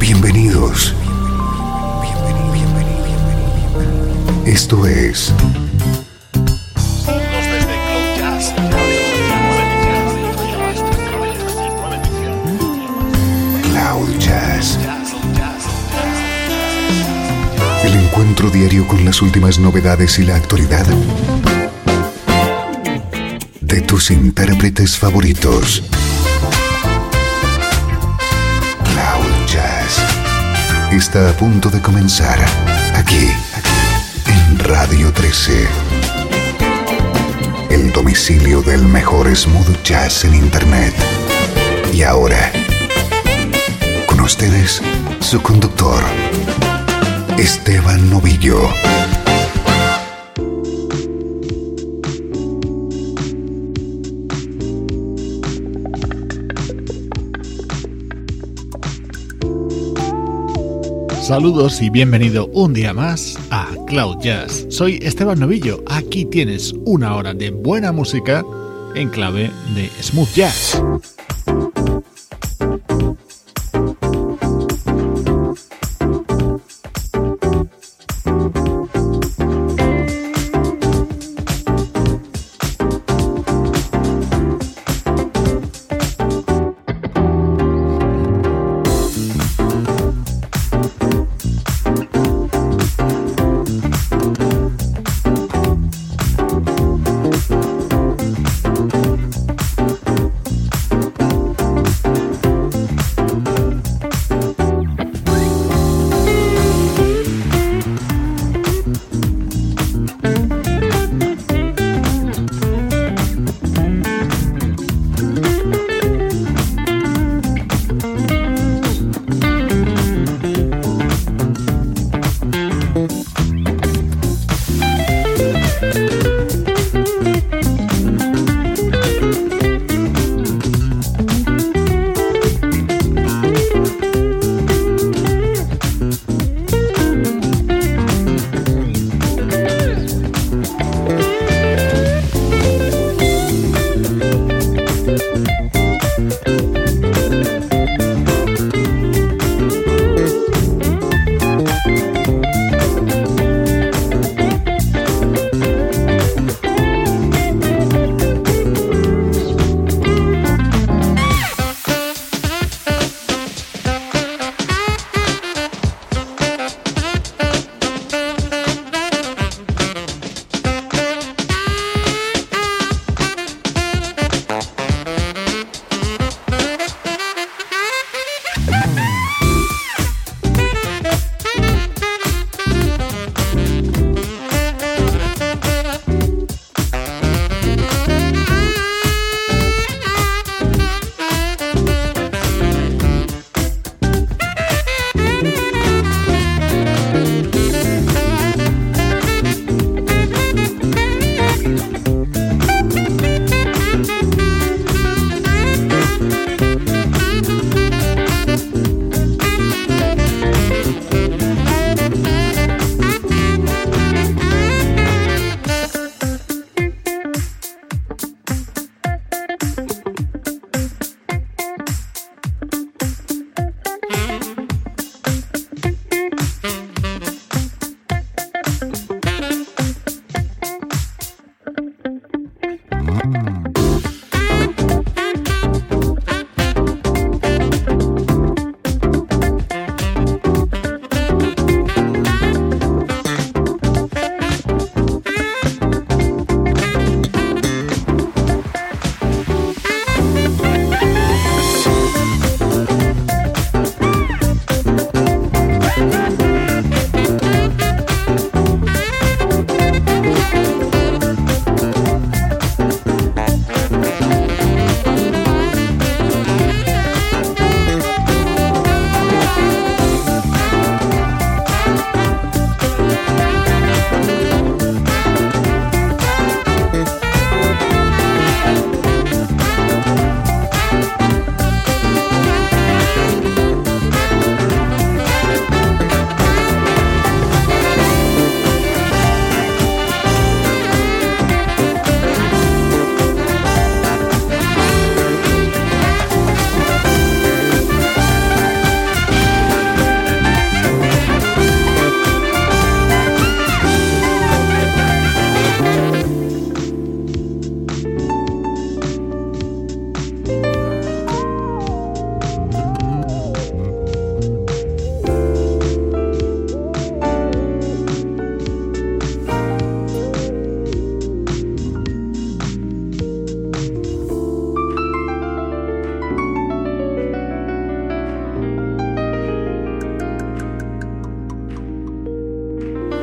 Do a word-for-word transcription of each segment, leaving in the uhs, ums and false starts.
Bienvenidos. Esto es Cloud Jazz. El encuentro diario con las últimas novedades y la actualidad de tus intérpretes favoritos. Cloud Jazz está a punto de comenzar aquí, en Radio trece. El domicilio del mejor smooth jazz en internet. Y ahora, con ustedes, su conductor, Esteban Novillo. Saludos y bienvenido un día más a Cloud Jazz. Soy Esteban Novillo. Aquí tienes una hora de buena música en clave de smooth jazz.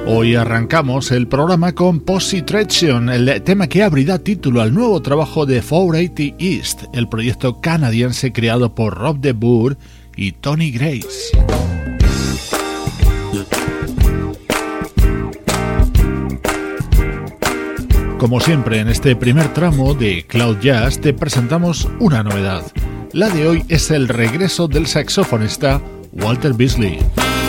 Hoy arrancamos el programa con Positraction, el tema que abrirá título al nuevo trabajo de cuatrocientos ochenta East, el proyecto canadiense creado por Rob de Boer y Tony Grace. Como siempre, en este primer tramo de Cloud Jazz te presentamos una novedad. La de hoy es el regreso del saxofonista Walter Beasley.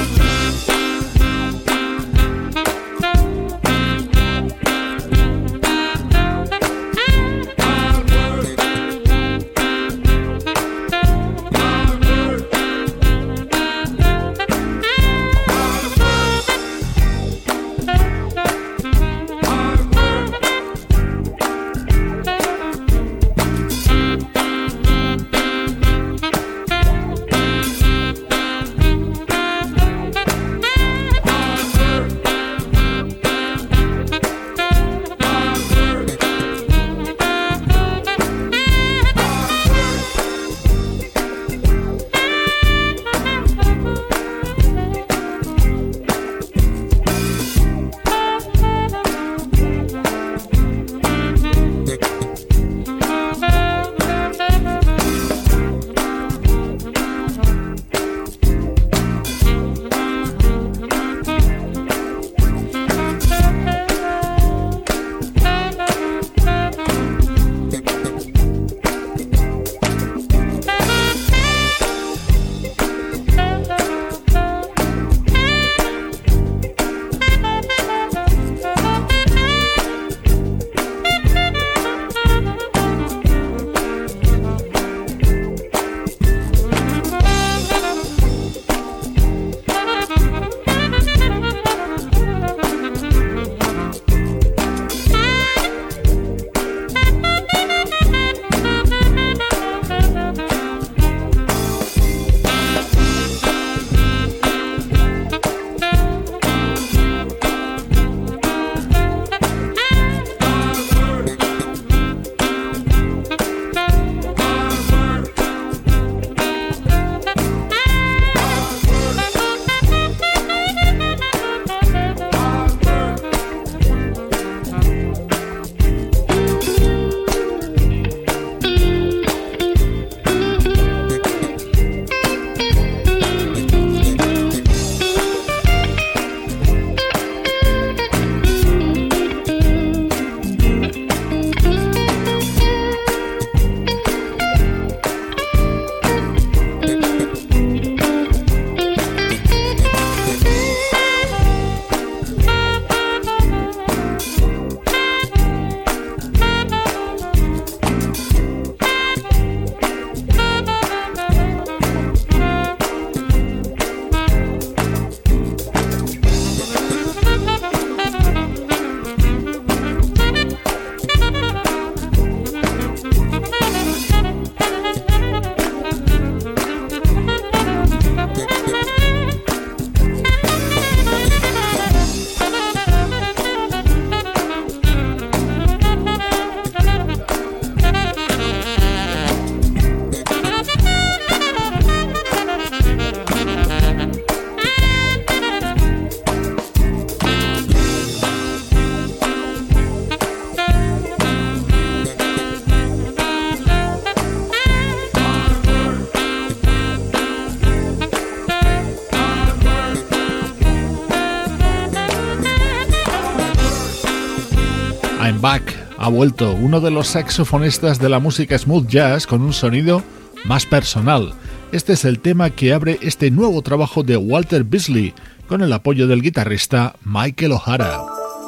I'm Back ha vuelto, uno de los saxofonistas de la música smooth jazz con un sonido más personal. Este es el tema que abre este nuevo trabajo de Walter Beasley con el apoyo del guitarrista Michael O'Hara.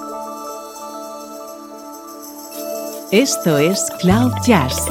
Esto es Cloud Jazz.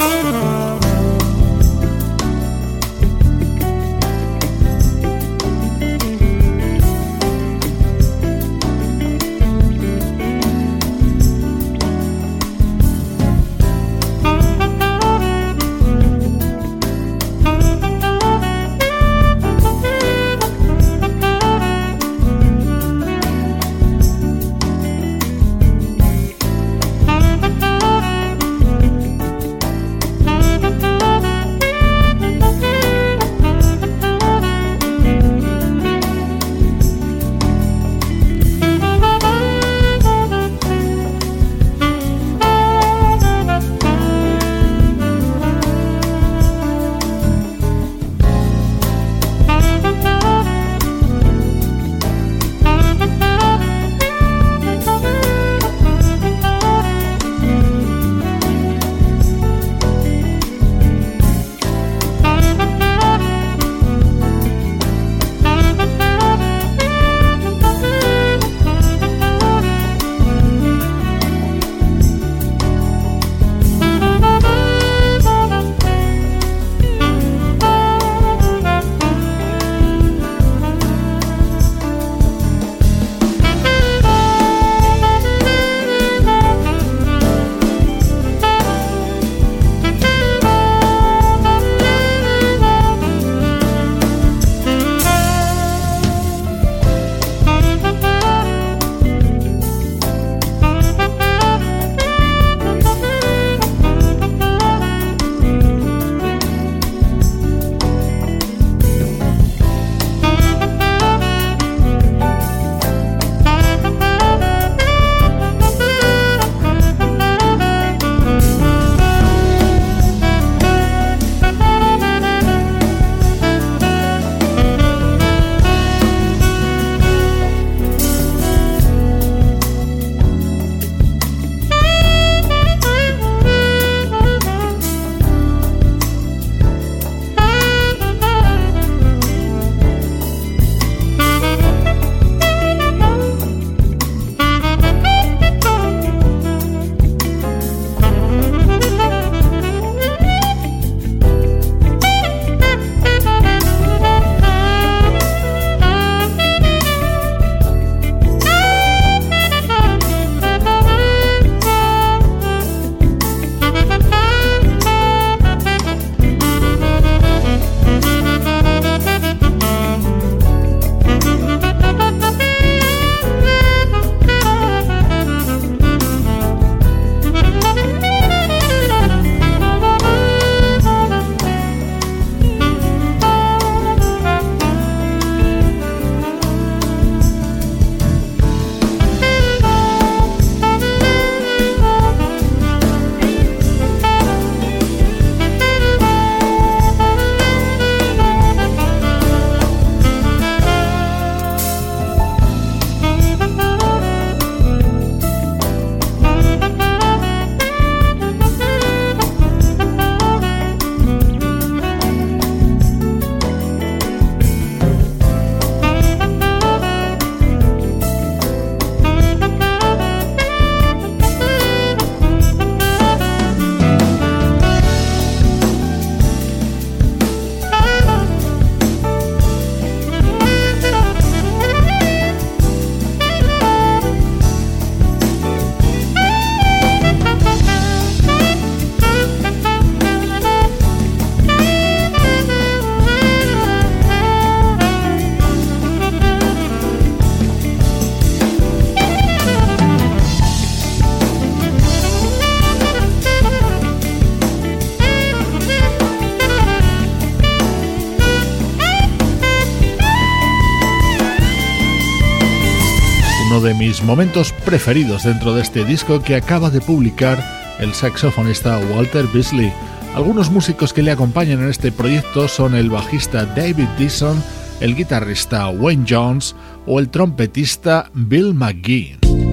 uno de mis momentos preferidos dentro de este disco que acaba de publicar el saxofonista Walter Beasley. Algunos músicos que le acompañan en este proyecto son el bajista David Deason, el guitarrista Wayne Jones o el trompetista Bill McGee.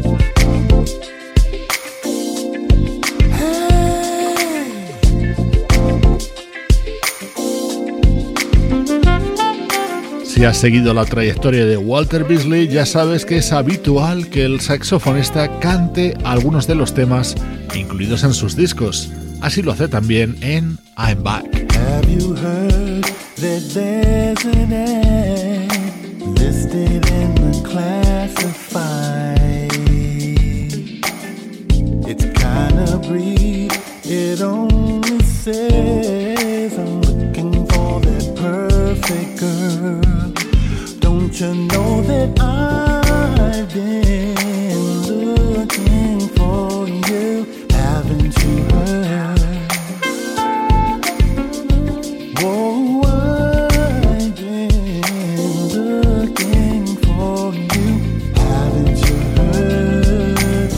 Si has seguido la trayectoria de Walter Beasley, ya sabes que es habitual que el saxofonista cante algunos de los temas incluidos en sus discos. Así lo hace también en I'm Back. Have you heard that there's an ad listed in the classified? It's kind of brief. It only says I'm looking for that perfect girl. Don't you know that I've been looking for you? Haven't you heard? Whoa, I've been looking for you. Haven't you heard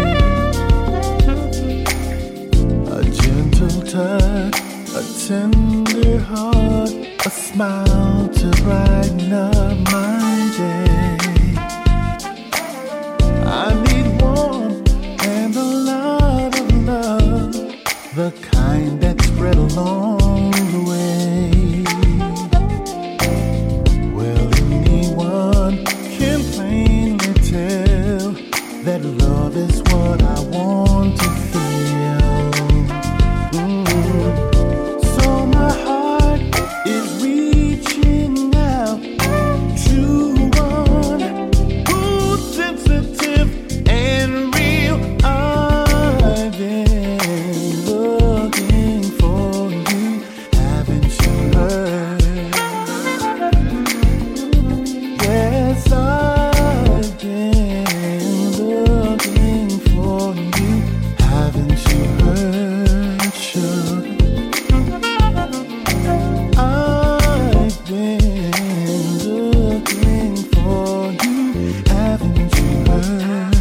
that? A gentle touch, a tender heart, a smile to brighten up my day. I need warmth and a lot of love, the kind that's spread along the way. Well, anyone can plainly tell that love is what I want to feel. Mm. So my heart is reaching out to one who's sensitive and real. I've been looking for you. Haven't you heard? Yes, I've been looking for you. Haven't you heard, sugar? I've been looking for you. Haven't you heard?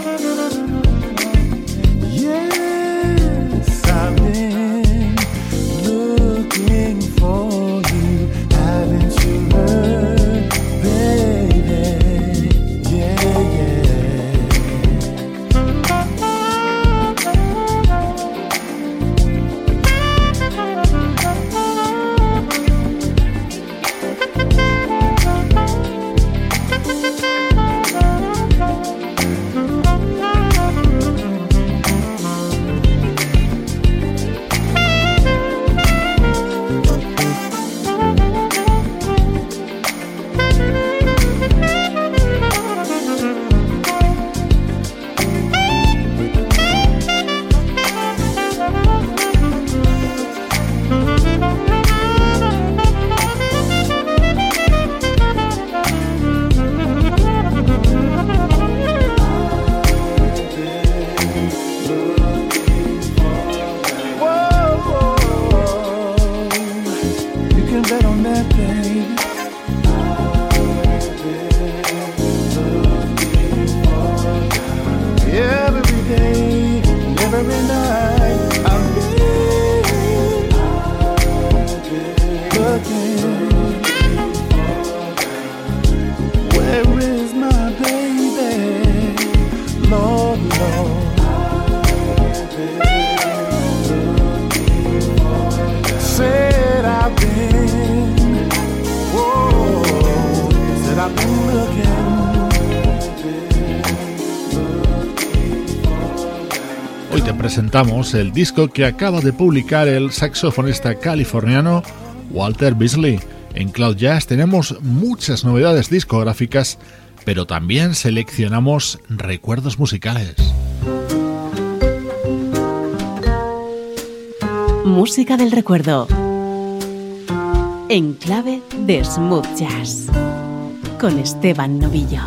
Yes, I've been looking for you. Haven't you heard, baby? Yeah, yeah. Whoa, whoa. You can bet on that, baby. Every day, and every night, I've been looking. Where is my baby? Lord, Lord. Said I've been, whoa, said I've been looking. Hoy te presentamos el disco que acaba de publicar el saxofonista californiano Walter Beasley. En Cloud Jazz tenemos muchas novedades discográficas, pero también seleccionamos recuerdos musicales. Música del recuerdo. En clave de smooth jazz. Con Esteban Novillo.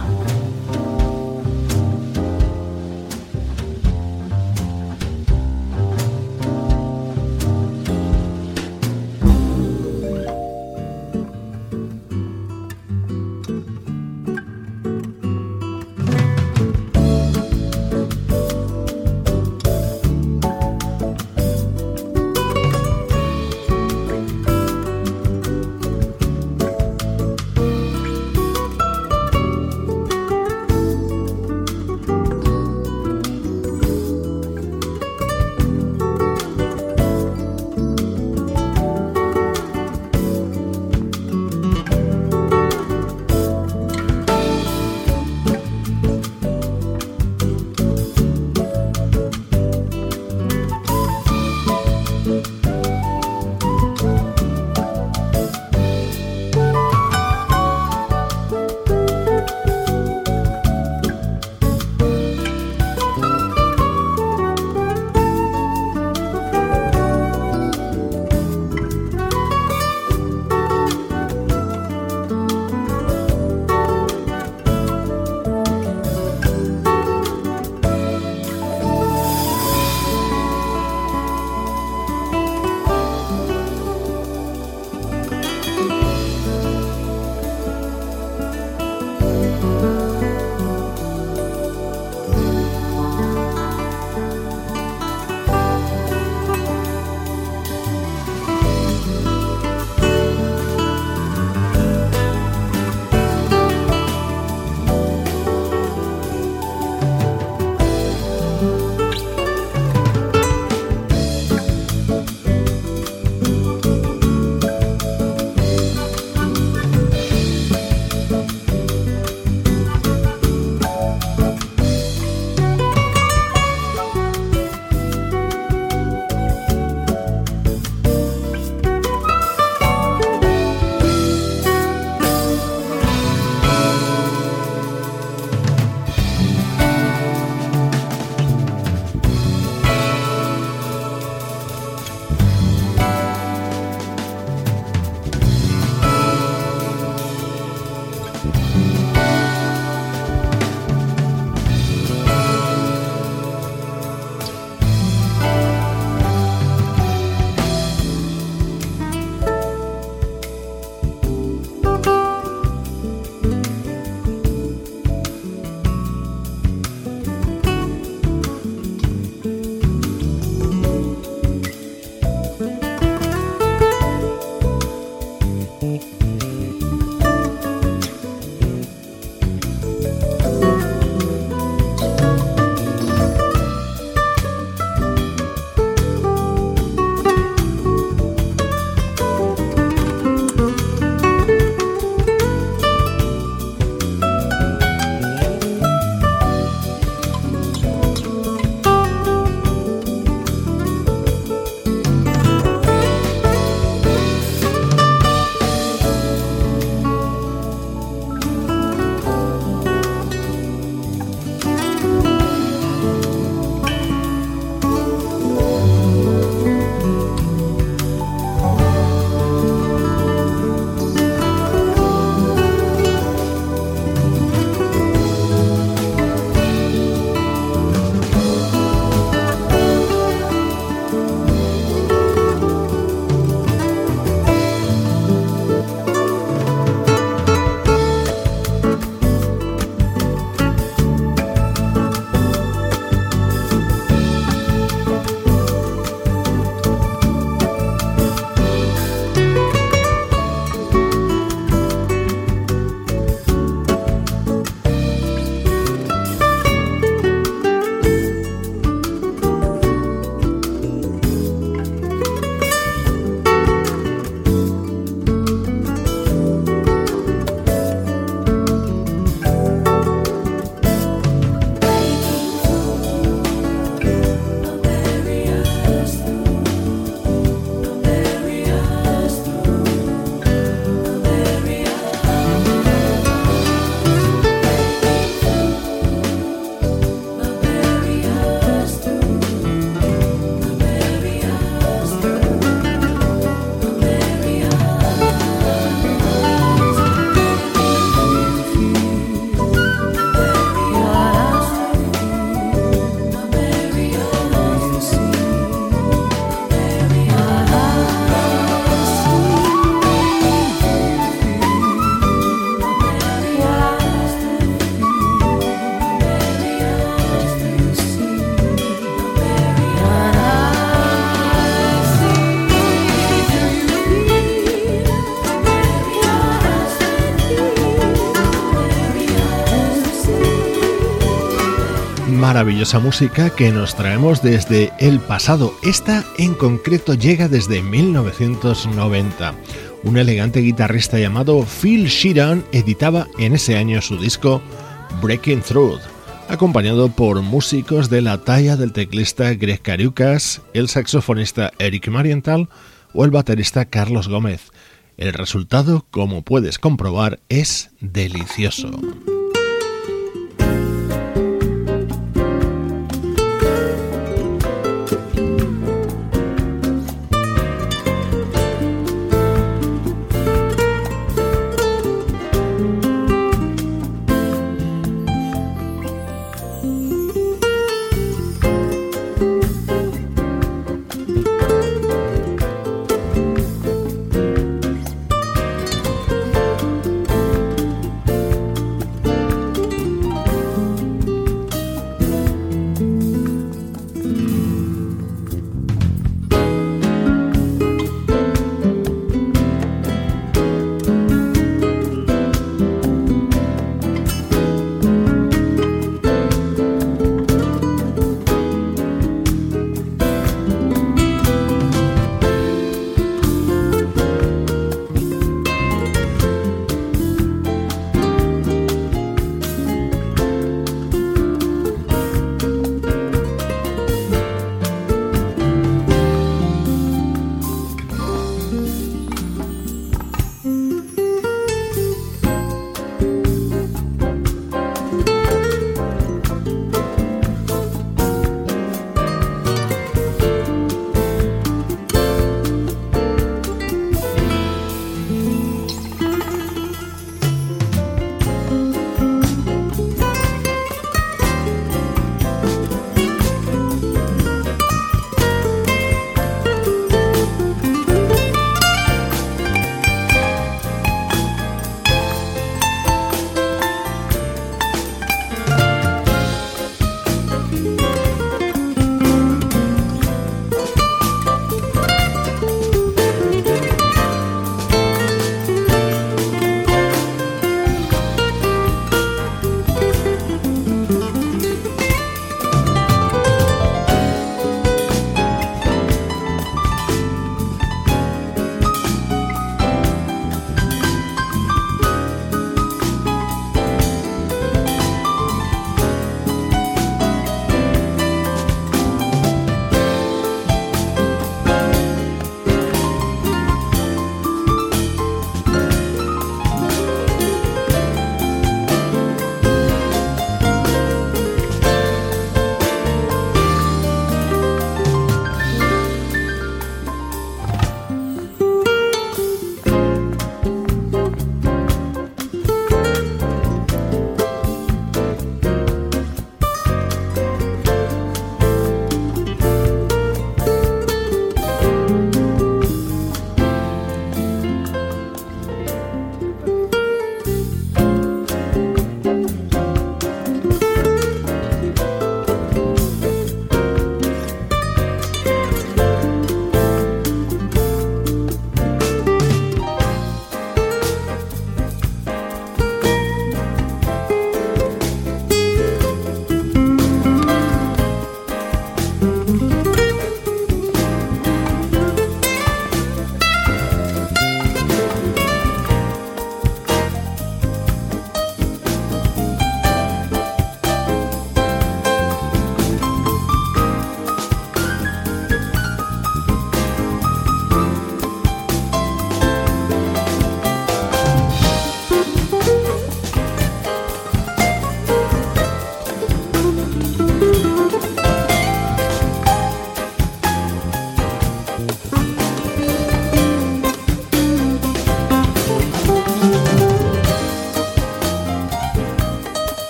maravillosa música que nos traemos desde el pasado. Esta en concreto llega desde mil novecientos noventa. Un elegante guitarrista llamado Phil Sheeran editaba en ese año su disco Breaking Through, acompañado por músicos de la talla del teclista Greg Cariucas, el saxofonista Eric Marienthal o el baterista Carlos Gómez. El resultado, como puedes comprobar, es delicioso.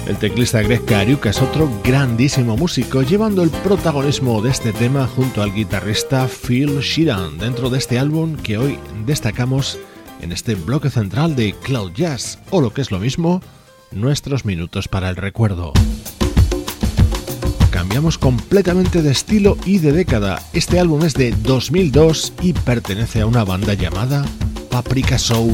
El teclista Greg Cariuca es otro grandísimo músico, llevando el protagonismo de este tema junto al guitarrista Phil Sheeran dentro de este álbum que hoy destacamos en este bloque central de Cloud Jazz, o lo que es lo mismo, nuestros minutos para el recuerdo. Cambiamos completamente de estilo y de década. Este álbum es de dos mil dos y pertenece a una banda llamada Paprika Soul.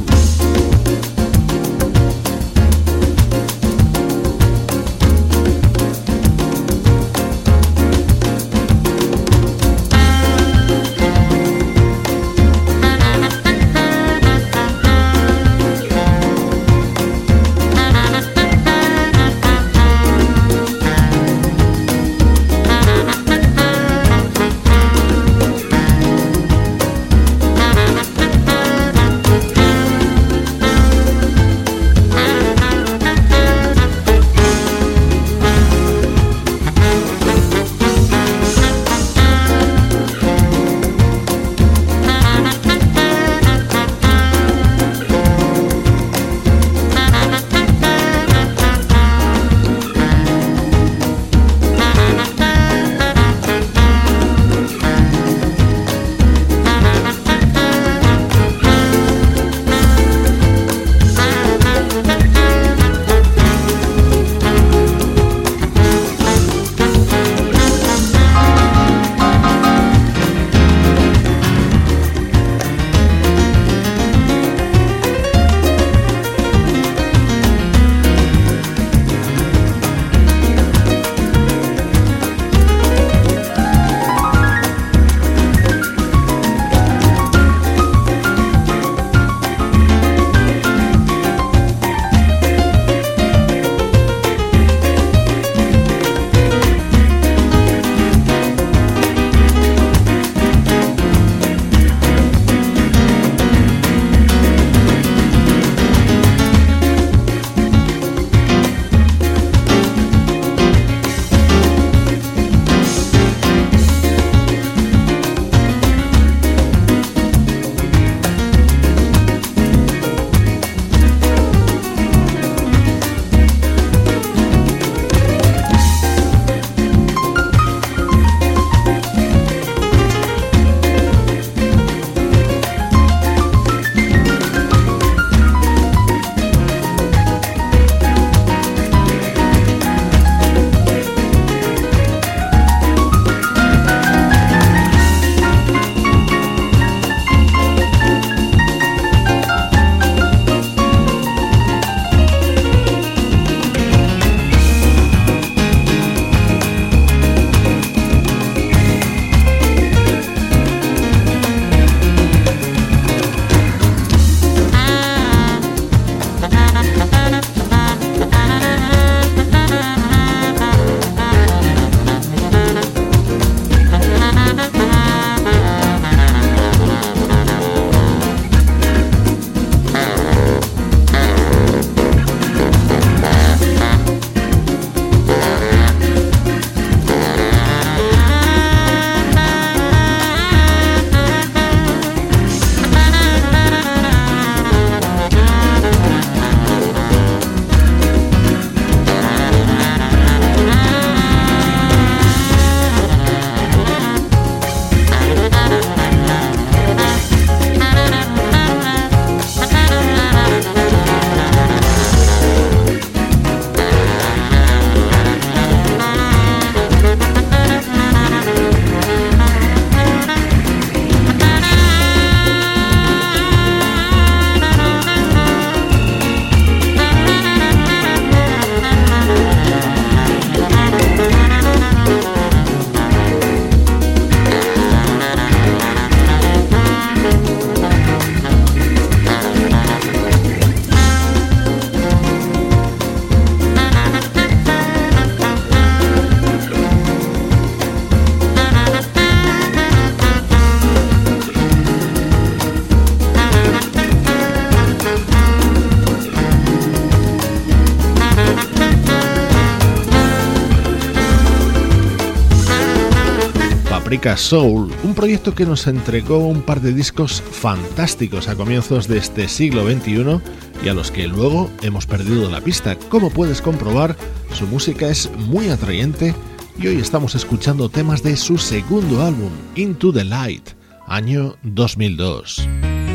Paprika Soul, un proyecto que nos entregó un par de discos fantásticos a comienzos de este siglo veintiuno y a los que luego hemos perdido la pista. Como puedes comprobar, su música es muy atrayente y hoy estamos escuchando temas de su segundo álbum, Into the Light, año dos mil dos.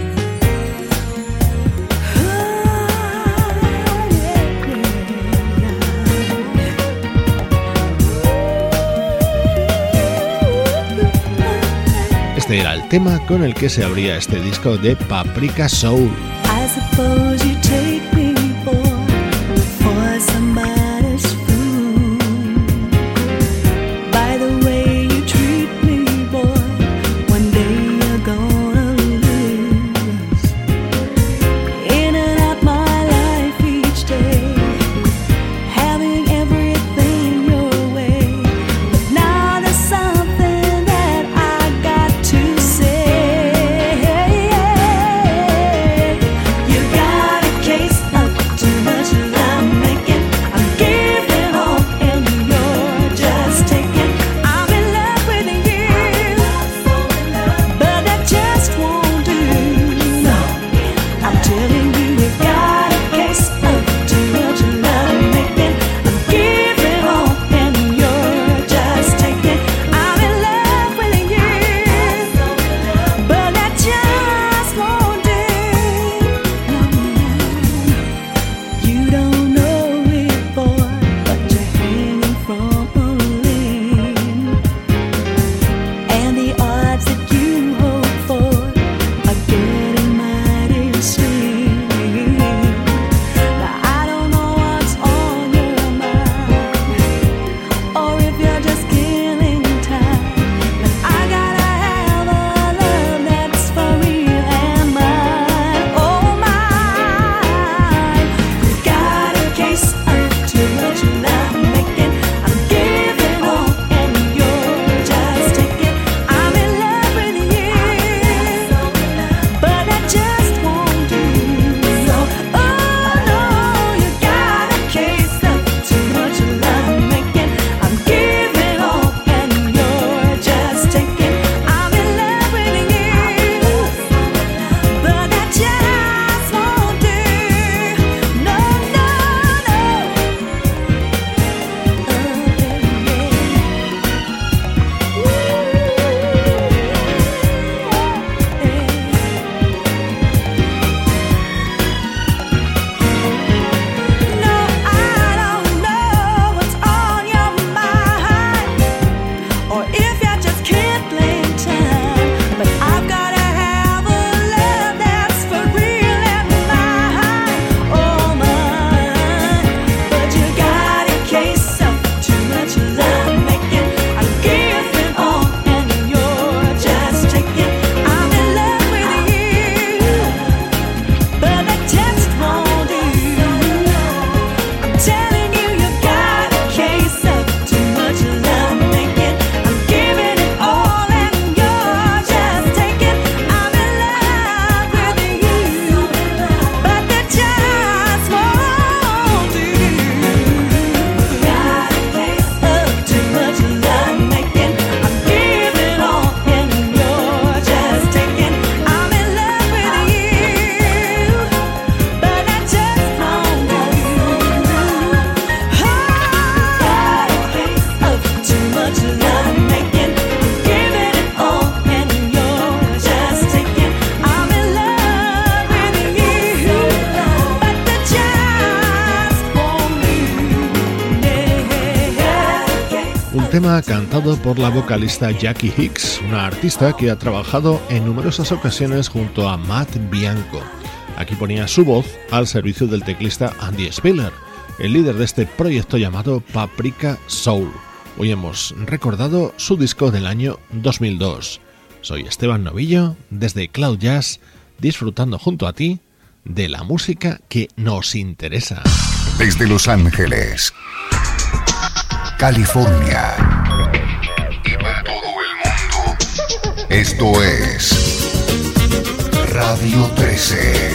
Este era el tema con el que se abría este disco de Paprika Soul. I suppose you take me for, for somebody's fool. By the way you treat me, boy, one day you're gonna lose. In and out my life each day, having everything your way. But now there's something that I got to say. You got a case of too much love making. I'm giving all and you're just taking. I'm in love with you, but that just won't do. I'm telling you, you got a case of too much love making. I'm giving all and you're just taking. I'm in love with you, but that just won't do. You don't know it, boy, but you're hanging from a limb, and the odds that you hope for are getting mighty slim. Now I don't know what's on your mind, or if you're just killing time, but I gotta have a love that's for real and mine, oh mine. You got a case of too much love making. I'm giving all and you're just taking. I'm in love with you, but that just won't do. Oh no, you got a case of too much love making. I'm giving all and you're just taking. I'm in love with you, but that just won't do. No, no, no, I don't know what's on your mind, or if you're just killing time, but I've gotta have a love that's for real and mine, oh mine. But you got a case of too much love making. I'm giving all and you're just taking. I'm in love with you, but that just won't do. I'm telling you, you got a case of too much love making. I'm giving it all and you're just taking. I'm in love with you, but that just won't do. Got a case of too much love making. I'm giving all and you're just taking. I'm in love with you, but that just won't do. Got a case of too much love making. I'm giving it all and you're just taking. I'm in love with you, but that just won't do. Un tema cantado por la vocalista Jackie Hicks, una artista que ha trabajado en numerosas ocasiones junto a Matt Bianco. Aquí ponía su voz al servicio del teclista Andy Spiller, el líder de este proyecto llamado Paprika Soul. Hoy hemos recordado su disco del año dos mil dos. Soy Esteban Novillo, desde Cloud Jazz, disfrutando junto a ti de la música que nos interesa. Desde Los Ángeles, California y para todo el mundo, esto es Radio trece.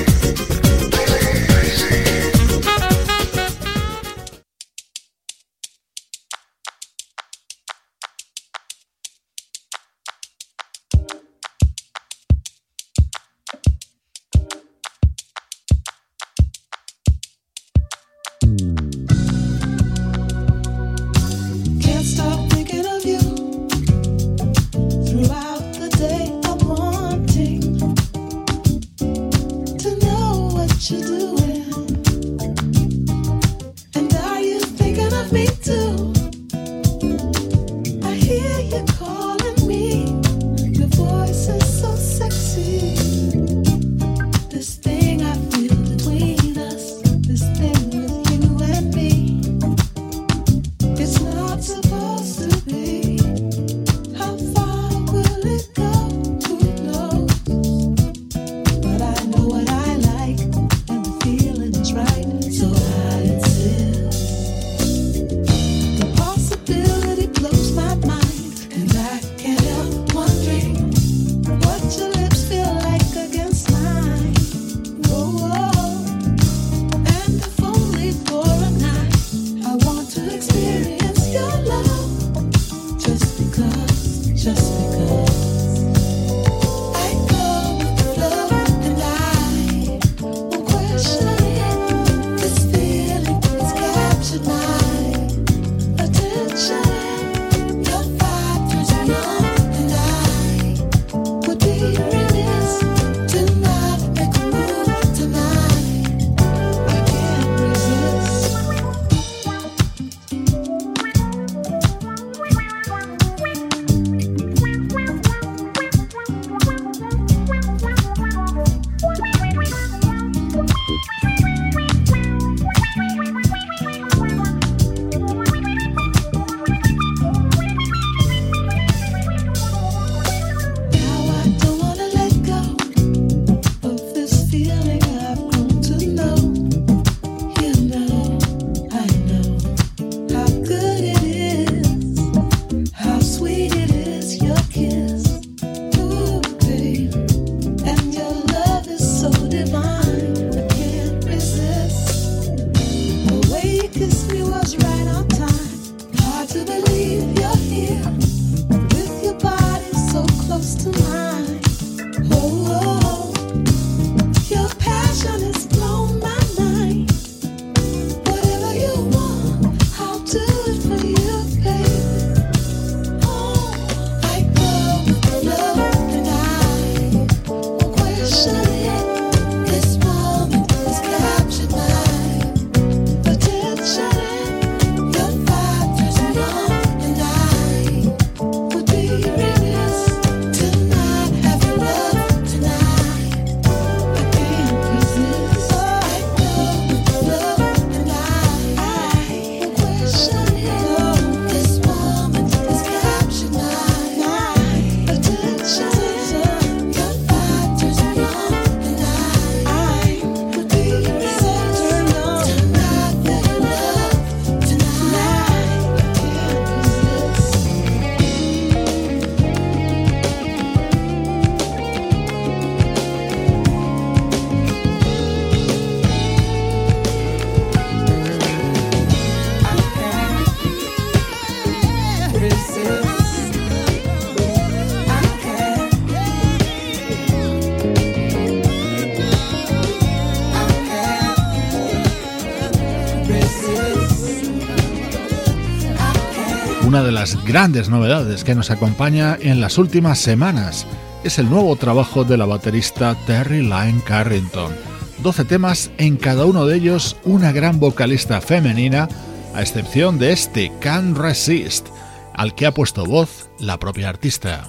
Una de las grandes novedades que nos acompaña en las últimas semanas es el nuevo trabajo de la baterista Terri Lyne Carrington. doce temas, en cada uno de ellos una gran vocalista femenina, a excepción de este Can't Resist, al que ha puesto voz la propia artista.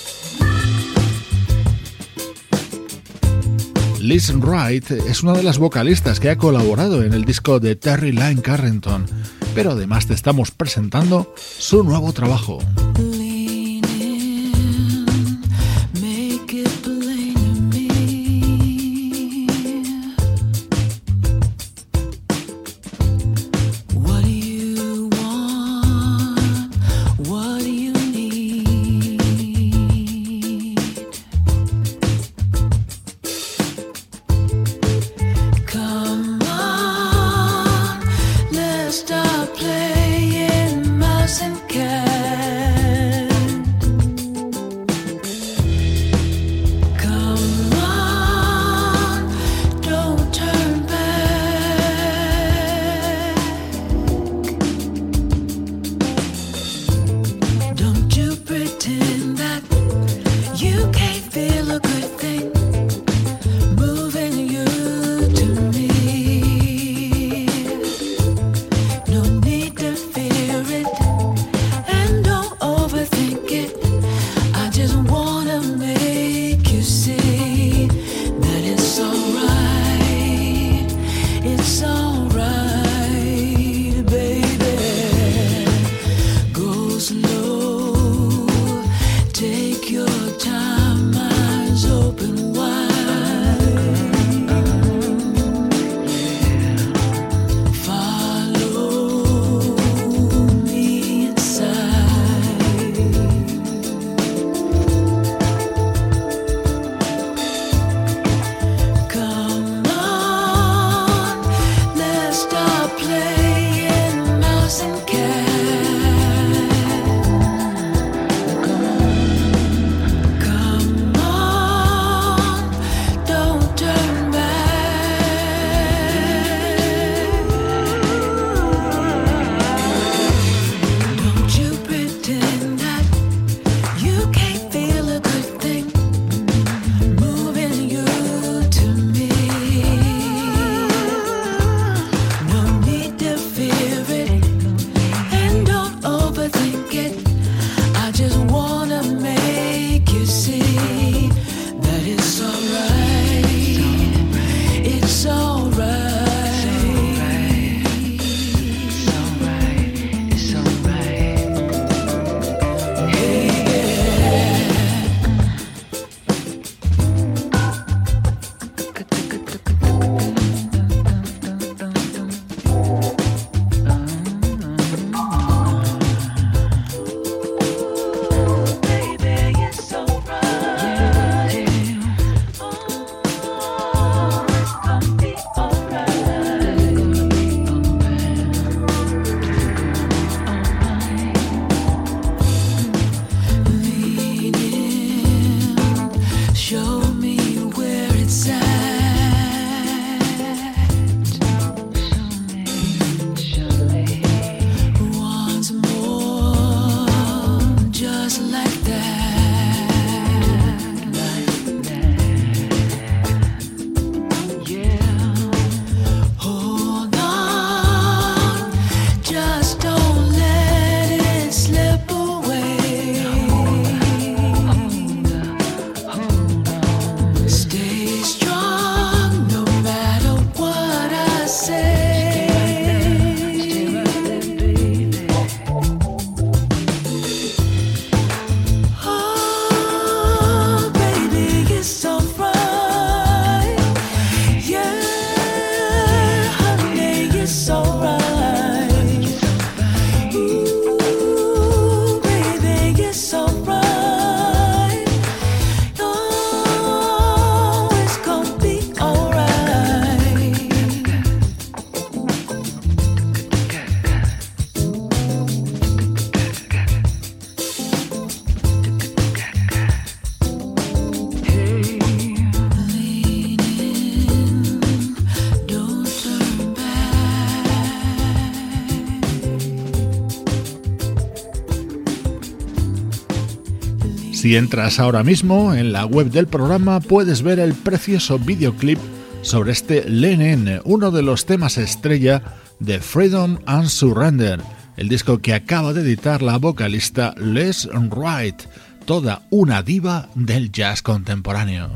Liz Wright es una de las vocalistas que ha colaborado en el disco de Terri Lyne Carrington, pero además te estamos presentando su nuevo trabajo. Stop playing mouse and cat. Si entras ahora mismo en la web del programa puedes ver el precioso videoclip sobre este Lenin, uno de los temas estrella de Freedom and Surrender, el disco que acaba de editar la vocalista Les Wright, toda una diva del jazz contemporáneo.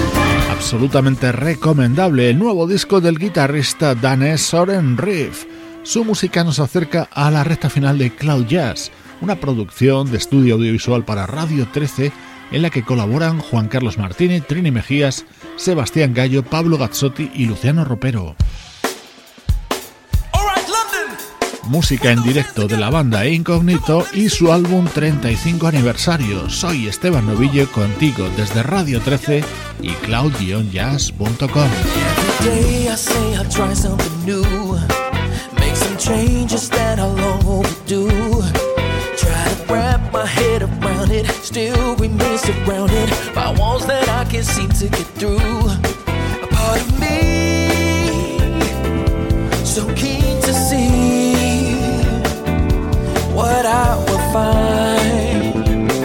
absolutamente recomendable el nuevo disco del guitarrista danés Søren Riff, Su música nos acerca a la recta final de Cloud Jazz, una producción de estudio audiovisual para Radio trece en la que colaboran Juan Carlos Martínez, Trini Mejías, Sebastián Gallo, Pablo Gazzotti y Luciano Ropero. Música en directo de la banda Incognito y su álbum treinta y cinco aniversario. Soy Esteban Novillo contigo desde Radio trece y cloud jazz punto com. Changes that I long overdue. Try to wrap my head around it, still remain surrounded by walls that I can't seem to get through. A part of me, so keen to see what I will find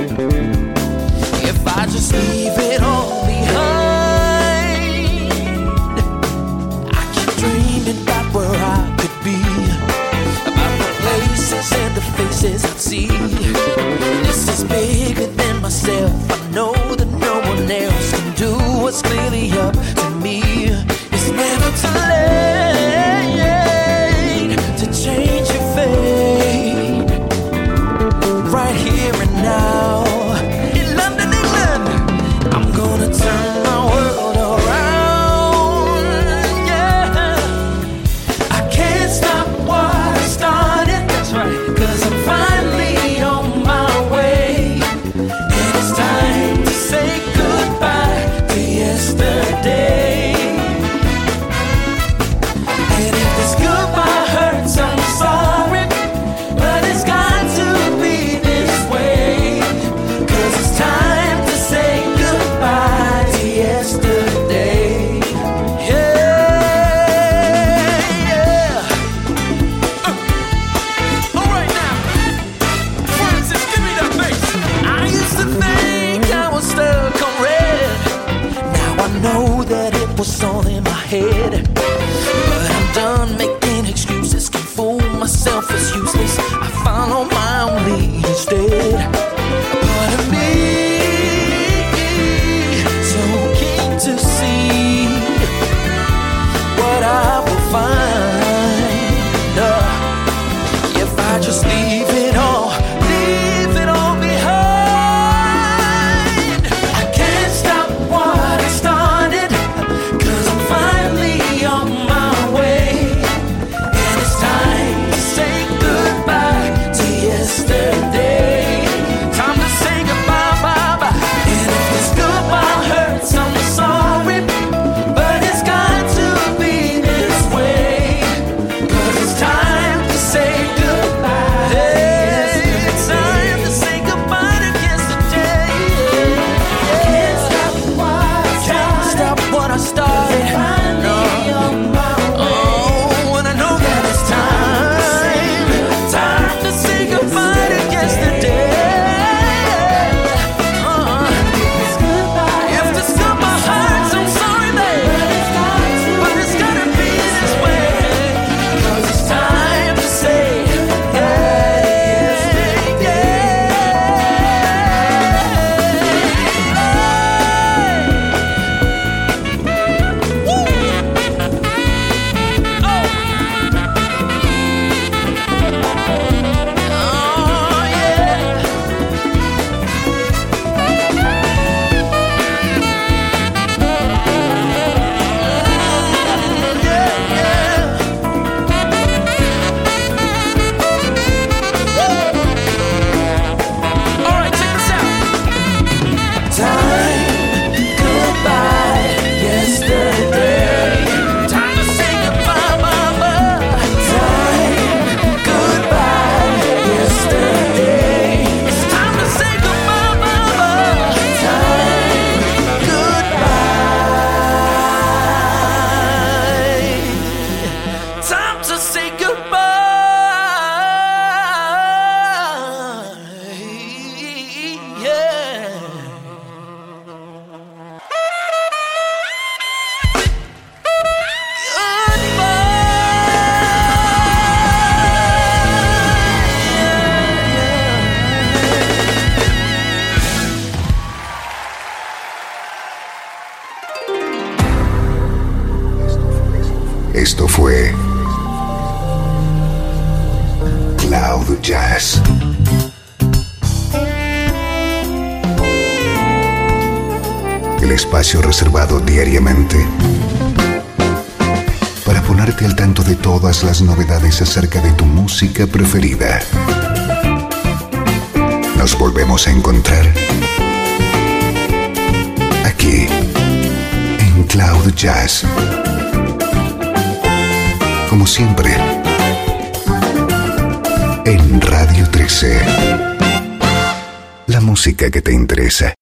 if I just leave it all behind. I keep dreaming about where I could be, and the faces I see. This is bigger than myself. I know that no one else can do what's clearly up to me. It's never too late to change your fate. Right here and now, in London, England, I'm gonna turn my world around. Yeah, I can't stop what I started. Cause I'm finally on my way, and it's time to say goodbye to yesterday. And if this goodbye hurts, I'm sorry, but it's got to be this way. Cause it's time to say goodbye to yesterday. Yeah, yeah. Uh. Alright now, Francis, give me that bass. I used to think I was stuck on red. Now I know that it was all in my head. But I'm done making excuses, can't fool myself, it's useless. I follow my own lead instead. Part of me, so keen to see what I will find. Uh, if I just leave it all, leave it all behind. I can't stop what I started, cause I'm finally on my way. And it's time to say goodbye to yesterday. Time to say goodbye, bye, bye. And if this goodbye hurts, I'm sorry, but it's got to be this way. Cause it's time to say goodbye. Hey, it's time to say goodbye to yesterday. Can't stop what I started. Can't stop what I started. Finally on my way. Oh, and I know that it's time. Time to say goodbye to yesterday. Uh, if this goodbye hurts, I'm sorry, babe, but it's gotta be this way. Cause it's time to say yeah, yeah. Oh, yeah. Yeah, yeah. All right, check this out. Time, goodbye, yesterday. Time to say goodbye, mama. Time, goodbye, yesterday. It's time to say goodbye, mama. Time, goodbye. Time to say goodbye. Yeah. Esto fue Jazz. El espacio reservado diariamente para ponerte al tanto de todas las novedades acerca de tu música preferida. Nos volvemos a encontrar aquí en Cloud Jazz. Como siempre, en Radio trece. La música que te interesa.